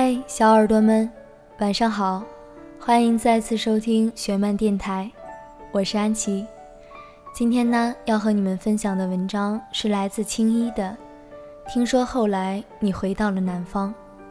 嗨，小耳朵们，晚上好，欢迎再次收听学漫电台，我是安琪。今天呢，要和你们分享的文章是来自青衣的《听说后来你回到了南方》。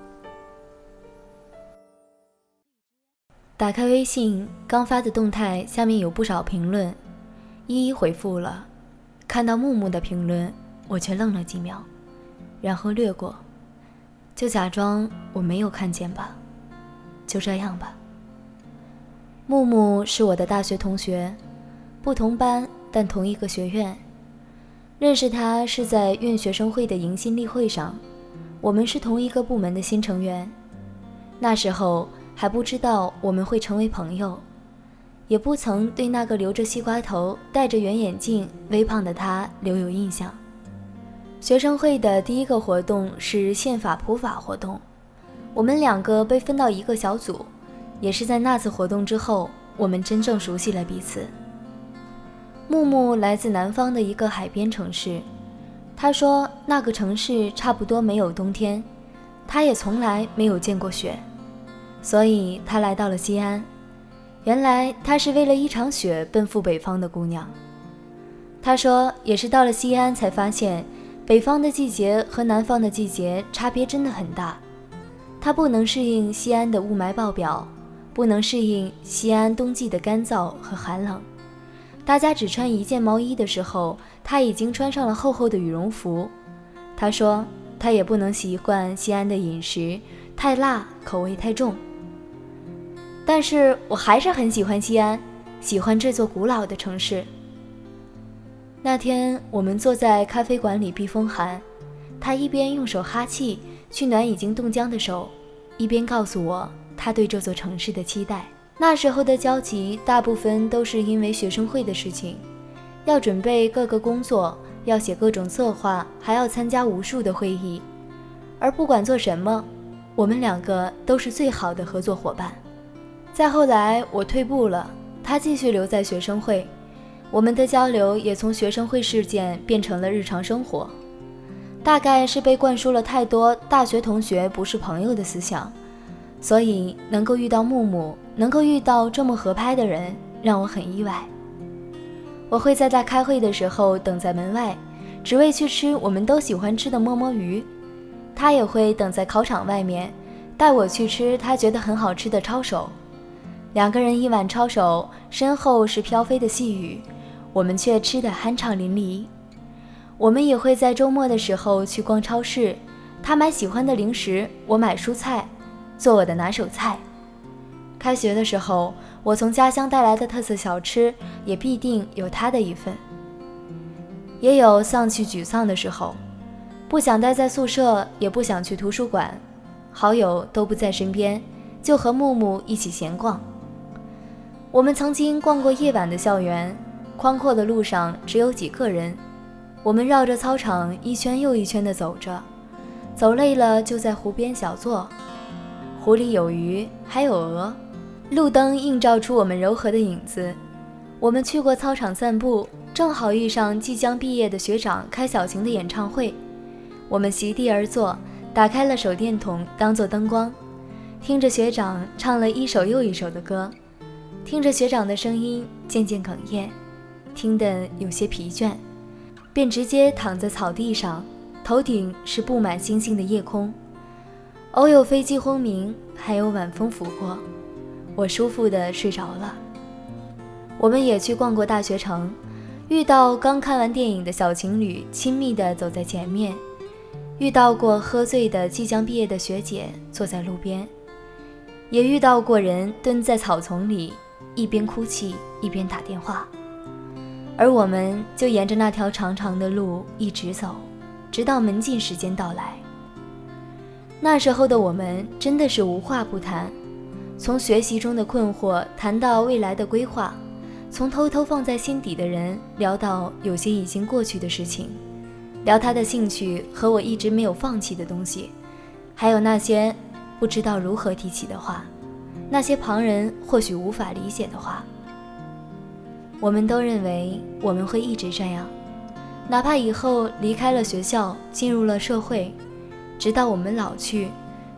打开微信，刚发的动态下面有不少评论，一一回复了。看到木木的评论，我却愣了几秒，然后略过，就假装我没有看见吧，就这样吧。木木是我的大学同学，不同班但同一个学院。认识他是在院学生会的迎新例会上，我们是同一个部门的新成员。那时候还不知道我们会成为朋友，也不曾对那个留着西瓜头、戴着圆眼镜、微胖的他留有印象。学生会的第一个活动是宪法普法活动，我们两个被分到一个小组，也是在那次活动之后，我们真正熟悉了彼此。木木来自南方的一个海边城市，他说那个城市差不多没有冬天，他也从来没有见过雪，所以他来到了西安。原来她是为了一场雪奔赴北方的姑娘。她说也是到了西安才发现北方的季节和南方的季节差别真的很大，她不能适应西安的雾霾爆表，不能适应西安冬季的干燥和寒冷。大家只穿一件毛衣的时候，她已经穿上了厚厚的羽绒服。她说她也不能习惯西安的饮食，太辣，口味太重。但是我还是很喜欢西安，喜欢这座古老的城市。那天我们坐在咖啡馆里避风寒，他一边用手哈气去暖已经冻僵的手，一边告诉我他对这座城市的期待。那时候的交集大部分都是因为学生会的事情，要准备各个工作，要写各种策划，还要参加无数的会议。而不管做什么，我们两个都是最好的合作伙伴。再后来我退步了，他继续留在学生会，我们的交流也从学生会事件变成了日常生活。大概是被灌输了太多大学同学不是朋友的思想，所以能够遇到木木，能够遇到这么合拍的人，让我很意外。我会在他开会的时候等在门外，只为去吃我们都喜欢吃的摸摸鱼。他也会等在考场外面，带我去吃他觉得很好吃的抄手。两个人一碗抄手，身后是飘飞的细雨，我们却吃得酣畅淋漓。我们也会在周末的时候去逛超市，他买喜欢的零食，我买蔬菜，做我的拿手菜。开学的时候，我从家乡带来的特色小吃，也必定有他的一份。也有丧气沮丧的时候，不想待在宿舍，也不想去图书馆，好友都不在身边，就和木木一起闲逛。我们曾经逛过夜晚的校园，宽阔的路上只有几个人，我们绕着操场一圈又一圈地走着，走累了就在湖边小坐，湖里有鱼还有鹅，路灯映照出我们柔和的影子。我们去过操场散步，正好遇上即将毕业的学长开小型的演唱会，我们席地而坐，打开了手电筒当作灯光，听着学长唱了一首又一首的歌，听着学长的声音渐渐哽咽，听得有些疲倦，便直接躺在草地上，头顶是布满星星的夜空，偶有飞机轰鸣，还有晚风拂过，我舒服地睡着了。我们也去逛过大学城，遇到刚看完电影的小情侣亲密地走在前面，遇到过喝醉的即将毕业的学姐坐在路边，也遇到过人蹲在草丛里一边哭泣一边打电话。而我们就沿着那条长长的路一直走，直到门禁时间到来。那时候的我们真的是无话不谈，从学习中的困惑谈到未来的规划，从偷偷放在心底的人聊到有些已经过去的事情，聊他的兴趣和我一直没有放弃的东西，还有那些不知道如何提起的话，那些旁人或许无法理解的话。我们都认为我们会一直这样，哪怕以后离开了学校，进入了社会，直到我们老去，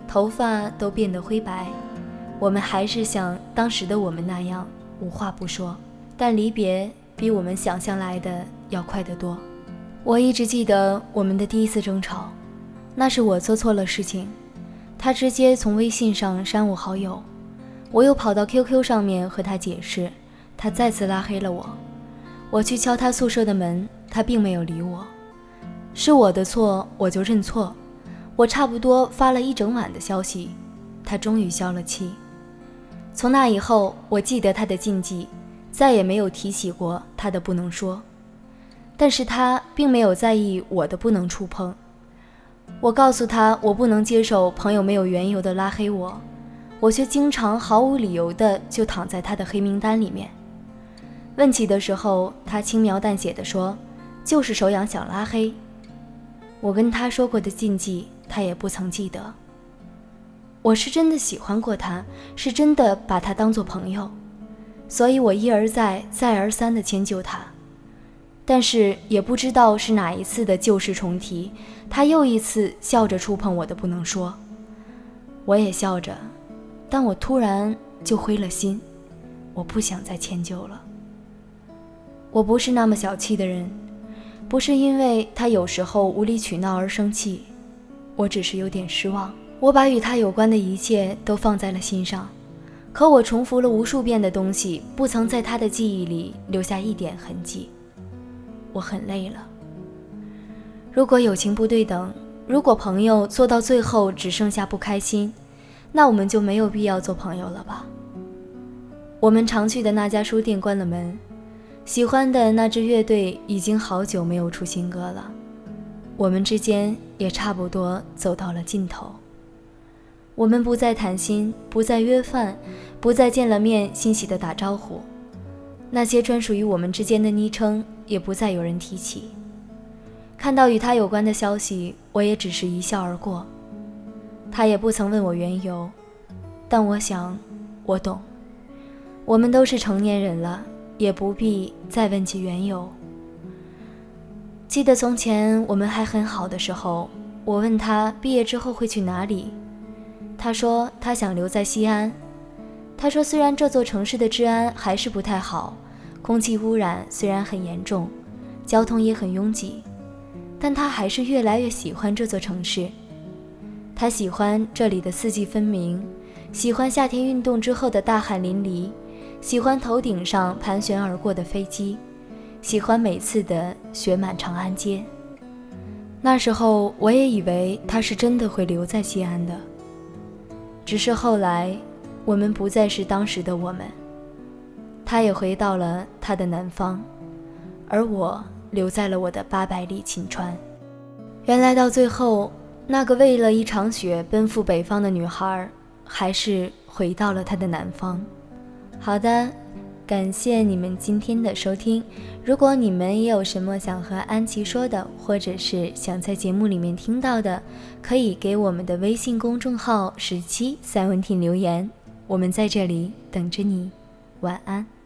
头发都变得灰白。我们还是像当时的我们那样无话不说，但离别比我们想象来的要快得多。我一直记得我们的第一次争吵，那是我做错了事情，他直接从微信上删我好友，我又跑到 QQ 上面和他解释，他再次拉黑了我。我去敲他宿舍的门，他并没有理我。是我的错，我就认错。我差不多发了一整晚的消息，他终于消了气。从那以后，我记得他的禁忌，再也没有提起过他的不能说。但是他并没有在意我的不能触碰。我告诉他我不能接受朋友没有缘由的拉黑我，我却经常毫无理由的就躺在他的黑名单里面。问起的时候，他轻描淡写地说，就是手痒想拉黑。我跟他说过的禁忌，他也不曾记得。我是真的喜欢过他，是真的把他当作朋友，所以我一而再再而三地迁就他。但是也不知道是哪一次的旧事重提，他又一次笑着触碰我的不能说。我也笑着，但我突然就灰了心，我不想再迁就了。我不是那么小气的人，不是因为他有时候无理取闹而生气，我只是有点失望。我把与他有关的一切都放在了心上，可我重复了无数遍的东西，不曾在他的记忆里留下一点痕迹。我很累了。如果友情不对等，如果朋友做到最后只剩下不开心，那我们就没有必要做朋友了吧。我们常去的那家书店关了门，喜欢的那支乐队已经好久没有出新歌了，我们之间也差不多走到了尽头。我们不再谈心，不再约饭，不再见了面欣喜地打招呼，那些专属于我们之间的昵称也不再有人提起。看到与他有关的消息，我也只是一笑而过。他也不曾问我缘由，但我想我懂，我们都是成年人了，也不必再问起缘由。记得从前我们还很好的时候，我问他毕业之后会去哪里，他说他想留在西安。他说虽然这座城市的治安还是不太好，空气污染虽然很严重，交通也很拥挤，但他还是越来越喜欢这座城市。他喜欢这里的四季分明，喜欢夏天运动之后的大汗淋漓，喜欢头顶上盘旋而过的飞机，喜欢每次的雪满长安街。那时候我也以为他是真的会留在西安的，只是后来我们不再是当时的我们，他也回到了他的南方，而我留在了我的800里秦川。原来到最后，那个为了一场雪奔赴北方的女孩，还是回到了她的南方。好的，感谢你们今天的收听。如果你们也有什么想和安琪说的，或者是想在节目里面听到的，可以给我们的微信公众号17 3文婷留言，我们在这里等着你。晚安。